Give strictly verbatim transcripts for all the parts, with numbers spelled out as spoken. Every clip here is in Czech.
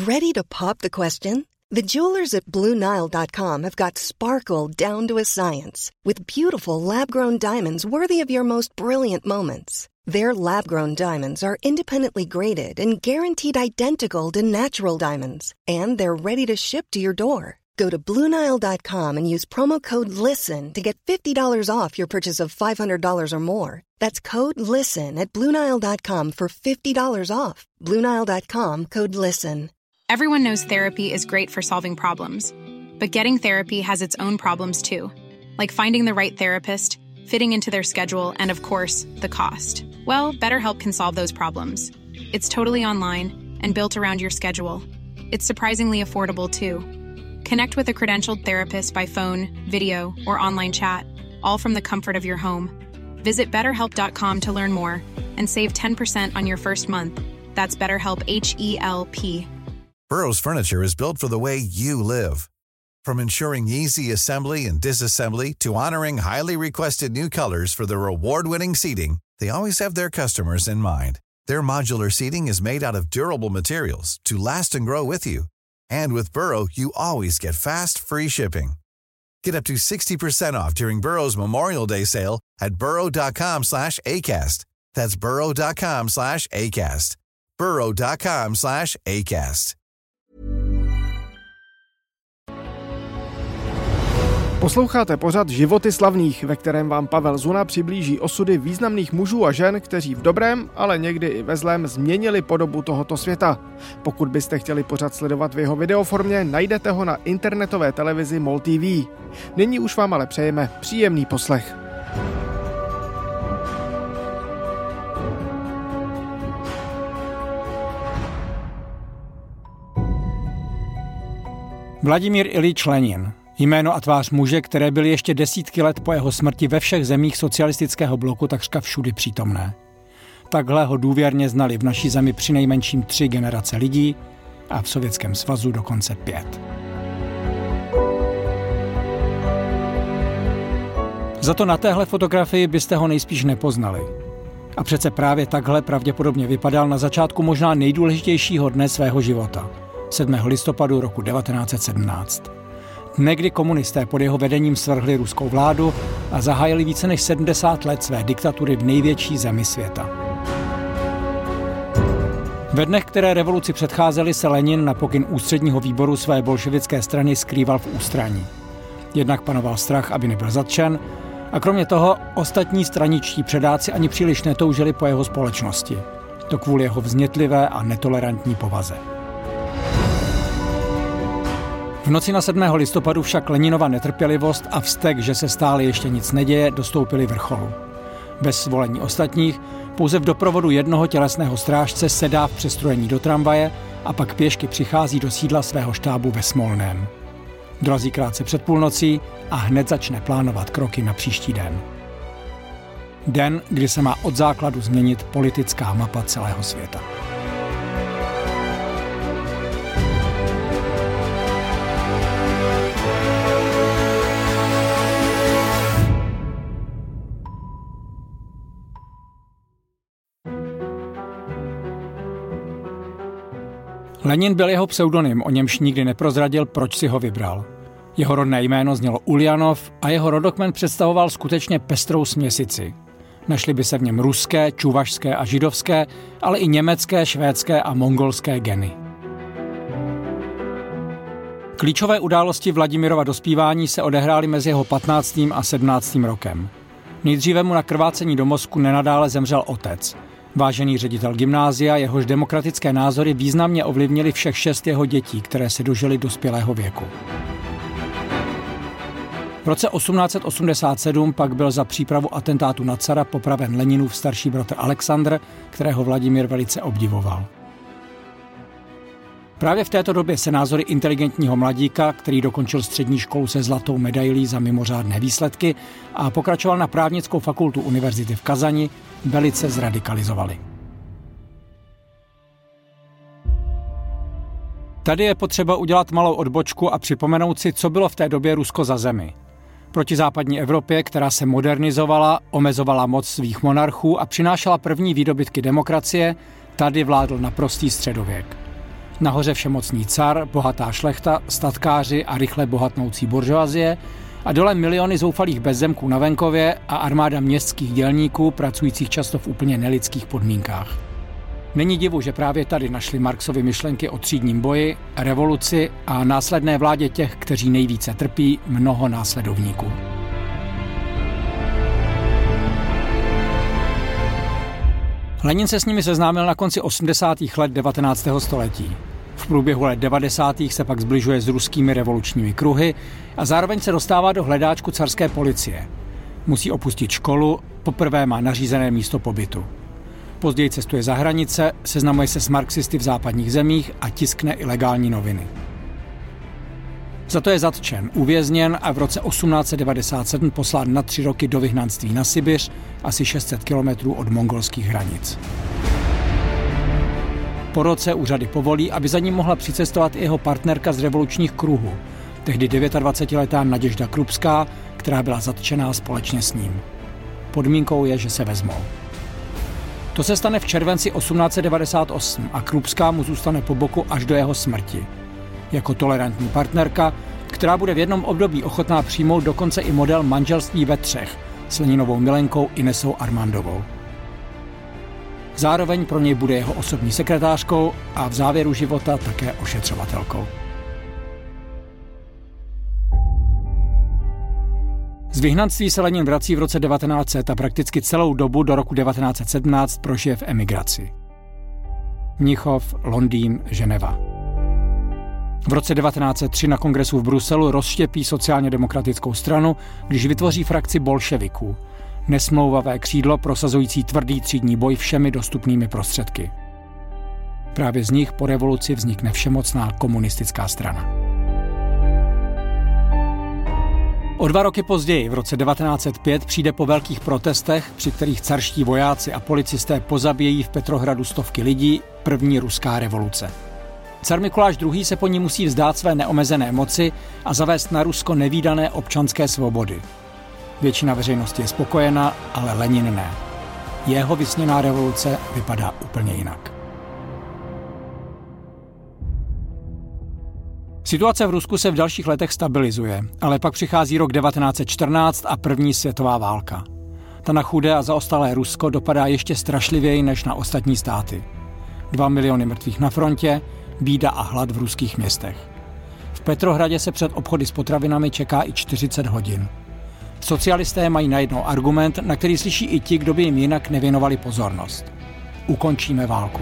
Ready to pop the question? The jewelers at Blue Nile dot com have got sparkle down to a science with beautiful lab-grown diamonds worthy of your most brilliant moments. Their lab-grown diamonds are independently graded and guaranteed identical to natural diamonds, and they're ready to ship to your door. Go to Blue Nile dot com and use promo code LISTEN to get fifty dollars off your purchase of five hundred dollars or more. That's code LISTEN at Blue Nile dot com for fifty dollars off. Blue Nile dot com, code LISTEN. Everyone knows therapy is great for solving problems, but getting therapy has its own problems too, like finding the right therapist, fitting into their schedule, and of course, the cost. Well, BetterHelp can solve those problems. It's totally online and built around your schedule. It's surprisingly affordable too. Connect with a credentialed therapist by phone, video, or online chat, all from the comfort of your home. Visit better help dot com to learn more and save ten percent on your first month. That's BetterHelp, H E L P. Burrow's furniture is built for the way you live. From ensuring easy assembly and disassembly to honoring highly requested new colors for their award-winning seating, they always have their customers in mind. Their modular seating is made out of durable materials to last and grow with you. And with Burrow, you always get fast, free shipping. Get up to sixty percent off during Burrow's Memorial Day sale at burrow dot com slash ACAST. That's burrow dot com slash ACAST. burrow dot com slash ACAST. Posloucháte pořad Životy slavných, ve kterém vám Pavel Zuna přiblíží osudy významných mužů a žen, kteří v dobrém, ale někdy i ve zlém změnili podobu tohoto světa. Pokud byste chtěli pořad sledovat v jeho videoformě, najdete ho na internetové televizi MOL T V. Nyní už vám ale přejeme příjemný poslech. Vladimír Iljič Lenin. Jméno a tvář muže, které byly ještě desítky let po jeho smrti ve všech zemích socialistického bloku takřka všudy přítomné. Takhle ho důvěrně znali v naší zemi přinejmenším tři generace lidí a v Sovětském svazu dokonce pět. Za to na téhle fotografii byste ho nejspíš nepoznali. A přece právě takhle pravděpodobně vypadal na začátku možná nejdůležitějšího dne svého života, sedmého listopadu roku devatenáct set sedmnáct. Dne, kdy komunisté pod jeho vedením svrhli ruskou vládu a zahájili více než sedmdesát let své diktatury v největší zemi světa. Ve dnech, které revoluci předcházely, se Lenin na pokyn ústředního výboru své bolševické strany skrýval v ústraní. Jednak panoval strach, aby nebyl zatčen, a kromě toho ostatní straničtí předáci ani příliš netoužili po jeho společnosti. To kvůli jeho vznětlivé a netolerantní povaze. V noci na sedmého listopadu však Leninova netrpělivost a vztek, že se stále ještě nic neděje, dostoupily vrcholu. Bez svolení ostatních, pouze v doprovodu jednoho tělesného strážce sedá v přestrojení do tramvaje a pak pěšky přichází do sídla svého štábu ve Smolném. Dorazí krátce před půlnocí a hned začne plánovat kroky na příští den. Den, kdy se má od základu změnit politická mapa celého světa. Lenin byl jeho pseudonym, o němž nikdy neprozradil, proč si ho vybral. Jeho rodné jméno znělo Uljanov a jeho rodokmen představoval skutečně pestrou směsici. Našly by se v něm ruské, čuvašské a židovské, ale i německé, švédské a mongolské geny. Klíčové události Vladimirova dospívání se odehrály mezi jeho patnáctým a sedmnáctým rokem. Nejdříve mu na krvácení do mozku nenadále zemřel otec. Vážený ředitel gymnázia, jehož demokratické názory významně ovlivnily všech šest jeho dětí, které se dožily dospělého věku. V roce osmnáct set osmdesát sedm pak byl za přípravu atentátu na cara popraven Leninův starší bratr Alexandr, kterého Vladimír velice obdivoval. Právě v této době se názory inteligentního mladíka, který dokončil střední školu se zlatou medailí za mimořádné výsledky a pokračoval na právnickou fakultu univerzity v Kazani, velice zradikalizovaly. Tady je potřeba udělat malou odbočku a připomenout si, co bylo v té době Rusko za zemi. Proti západní Evropě, která se modernizovala, omezovala moc svých monarchů a přinášela první výdobytky demokracie, tady vládl naprostý středověk. Nahoře všemocný car, bohatá šlechta, statkáři a rychle bohatnoucí buržoazie a dole miliony zoufalých bezzemků na venkově a armáda městských dělníků pracujících často v úplně nelidských podmínkách. Není divu, že právě tady našli Marxovy myšlenky o třídním boji, revoluci a následné vládě těch, kteří nejvíce trpí, mnoho následovníků. Lenin se s nimi seznámil na konci osmdesátých let devatenáctého století. V průběhu let devadesátých se pak zbližuje s ruskými revolučními kruhy a zároveň se dostává do hledáčku carské policie. Musí opustit školu, poprvé má nařízené místo pobytu. Později cestuje za hranice, seznamuje se s marxisty v západních zemích a tiskne ilegální noviny. Za to je zatčen, uvězněn a v roce osmnáct set devadesát sedm poslán na tři roky do vyhnanství na Sibiř, asi šest set kilometrů od mongolských hranic. Po roce úřady povolí, aby za ním mohla přicestovat i jeho partnerka z revolučních kruhů, tehdy dvacetidevětiletá Naděžda Krupská, která byla zatčená společně s ním. Podmínkou je, že se vezmou. To se stane v červenci osmnáct set devadesát osm a Krupská mu zůstane po boku až do jeho smrti. Jako tolerantní partnerka, která bude v jednom období ochotná přijmout dokonce i model manželství ve třech s Leninovou milenkou Inesou Armandovou. Zároveň pro něj bude jeho osobní sekretářkou a v závěru života také ošetřovatelkou. Z vyhnanství se Lenin vrací v roce devatenáct set a prakticky celou dobu do roku devatenáct set sedmnáct prožije v emigraci. Mnichov, Londýn, Ženeva. V roce devatenáct set tři na kongresu v Bruselu rozštěpí sociálně demokratickou stranu, když vytvoří frakci bolševiků, nesmlouvavé křídlo prosazující tvrdý třídní boj všemi dostupnými prostředky. Právě z nich po revoluci vznikne všemocná komunistická strana. O dva roky později, v roce devatenáct set pět, přijde po velkých protestech, při kterých carští vojáci a policisté pozabíjejí v Petrohradu stovky lidí, první ruská revoluce. Car Mikuláš druhý. se po ní musí vzdát své neomezené moci a zavést na Rusko nevídané občanské svobody. Většina veřejnosti je spokojena, ale Lenin ne. Jeho vysněná revoluce vypadá úplně jinak. Situace v Rusku se v dalších letech stabilizuje, ale pak přichází rok devatenáct set čtrnáct a první světová válka. Ta na chudé a zaostalé Rusko dopadá ještě strašlivěji než na ostatní státy. Dva miliony mrtvých na frontě, bída a hlad v ruských městech. V Petrohradě se před obchody s potravinami čeká i čtyřicet hodin. Socialisté mají najednou argument, na který slyší i ti, kdo by jim jinak nevěnovali pozornost. Ukončíme válku.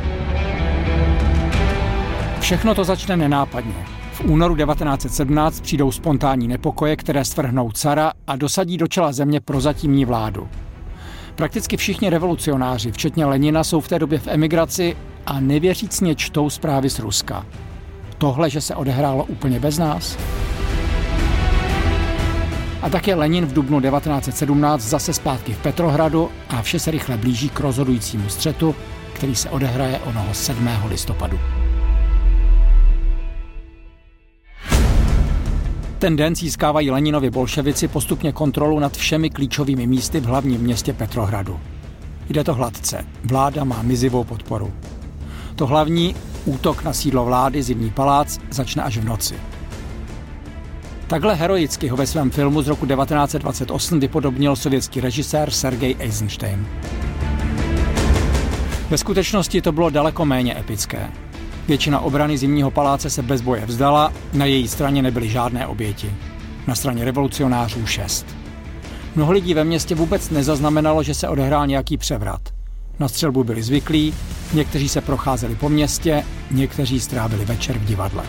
Všechno to začne nenápadně. V únoru devatenáct set sedmnáct přijdou spontánní nepokoje, které svrhnou cara a dosadí do čela země prozatímní vládu. Prakticky všichni revolucionáři, včetně Lenina, jsou v té době v emigraci a nevěřícně čtou zprávy z Ruska. Tohle, že se odehrálo úplně bez nás? A tak je Lenin v dubnu devatenáct set sedmnáct zase zpátky v Petrohradu a vše se rychle blíží k rozhodujícímu střetu, který se odehraje onoho sedmého listopadu. Ten den získávají Leninovi bolševici postupně kontrolu nad všemi klíčovými místy v hlavním městě Petrohradu. Jde to hladce. Vláda má mizivou podporu. To hlavní, útok na sídlo vlády, Zimní palác, začne až v noci. Takhle heroicky ho ve svém filmu z roku devatenáct set dvacet osm vypodobnil sovětský režisér Sergej Eisenstein. Ve skutečnosti to bylo daleko méně epické. Většina obrany Zimního paláce se bez boje vzdala, na její straně nebyly žádné oběti. Na straně revolucionářů šest. Mnoho lidí ve městě vůbec nezaznamenalo, že se odehrál nějaký převrat. Na střelbu byli zvyklí, někteří se procházeli po městě, někteří strávili večer v divadle.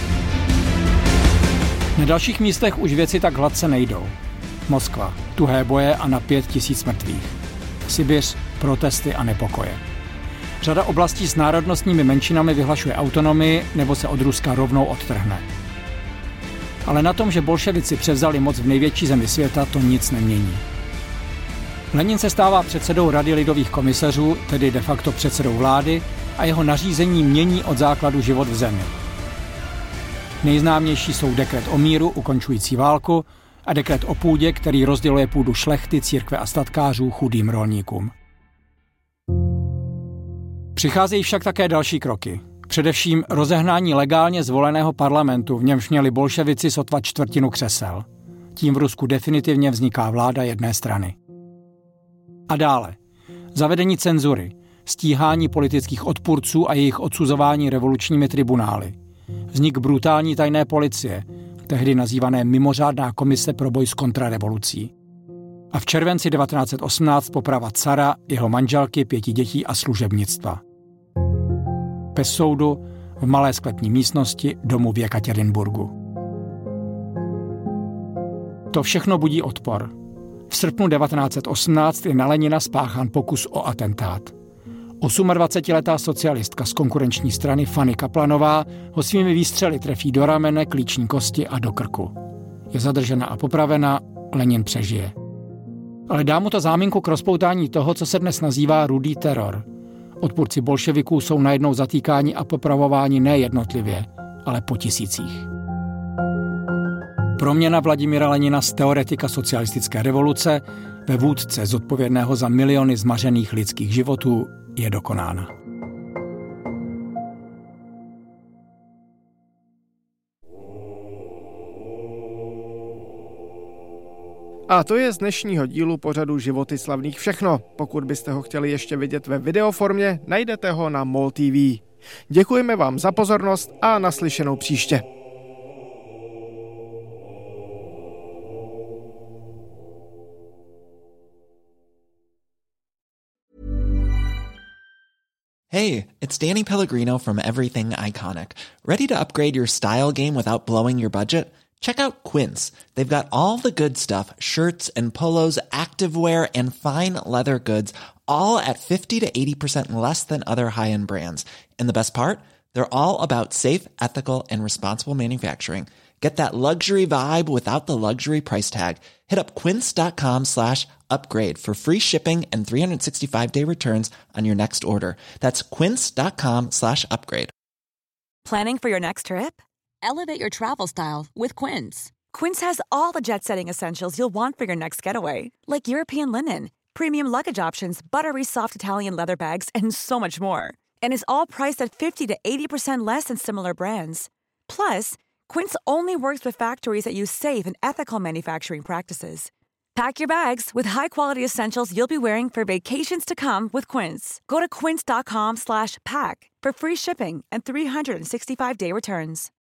Na dalších místech už věci tak hladce nejdou. Moskva, tuhé boje a na pět tisíc mrtvých. Sibiř, protesty a nepokoje. Řada oblastí s národnostními menšinami vyhlašuje autonomii nebo se od Ruska rovnou odtrhne. Ale na tom, že bolševici převzali moc v největší zemi světa, to nic nemění. Lenin se stává předsedou Rady lidových komisařů, tedy de facto předsedou vlády, a jeho nařízení mění od základu život v zemi. Nejznámější jsou dekret o míru, ukončující válku, a dekret o půdě, který rozděluje půdu šlechty, církve a statkářů chudým rolníkům. Přicházejí však také další kroky. K Především rozehnání legálně zvoleného parlamentu, v němž měli bolševici sotva čtvrtinu křesel. Tím v Rusku definitivně vzniká vláda jedné strany. A dále. Zavedení cenzury, stíhání politických odpůrců a jejich odsuzování revolučními tribunály. Vznik brutální tajné policie, tehdy nazývané Mimořádná komise pro boj s kontrarevolucí. A v červenci devatenáct set osmnáct poprava cara, jeho manželky, pěti dětí a služebnictva. Bez soudu, v malé sklepní místnosti domu v Jekatěrinburgu. To všechno budí odpor. V srpnu devatenáct set osmnáct je na Lenina spáchán pokus o atentát. osmadvacetiletá socialistka z konkurenční strany Fanny Kaplanová ho svými výstřely trefí do ramene, klíční kosti a do krku. Je zadržena a popravena, Lenin přežije. Ale dá mu to záminku k rozpoutání toho, co se dnes nazývá rudý teror. Odpůrci bolševiků jsou najednou zatýkáni a popravováni ne jednotlivě, ale po tisících. Proměna Vladimira Lenina z teoretika socialistické revoluce ve vůdce zodpovědného za miliony zmařených lidských životů je dokonána. A to je z dnešního dílu pořadu Životy slavných všechno. Pokud byste ho chtěli ještě vidět ve videoformě, najdete ho na MOL T V. Děkujeme vám za pozornost a naslyšenou příště. Hey, it's Danny Pellegrino from Everything Iconic. Ready to upgrade your style game without blowing your budget? Check out Quince. They've got all the good stuff, shirts and polos, activewear, and fine leather goods, all at fifty to eighty percent less than other high-end brands. And the best part? They're all about safe, ethical, and responsible manufacturing. Get that luxury vibe without the luxury price tag. Hit up quince.com slash upgrade for free shipping and three sixty-five day returns on your next order. That's quince.com slash upgrade. Planning for your next trip? Elevate your travel style with Quince. Quince has all the jet-setting essentials you'll want for your next getaway, like European linen, premium luggage options, buttery soft Italian leather bags, and so much more. And is all priced at fifty to eighty percent less than similar brands. Plus, Quince only works with factories that use safe and ethical manufacturing practices. Pack your bags with high-quality essentials you'll be wearing for vacations to come with Quince. Go to quince.com slash pack for free shipping and three sixty-five day returns.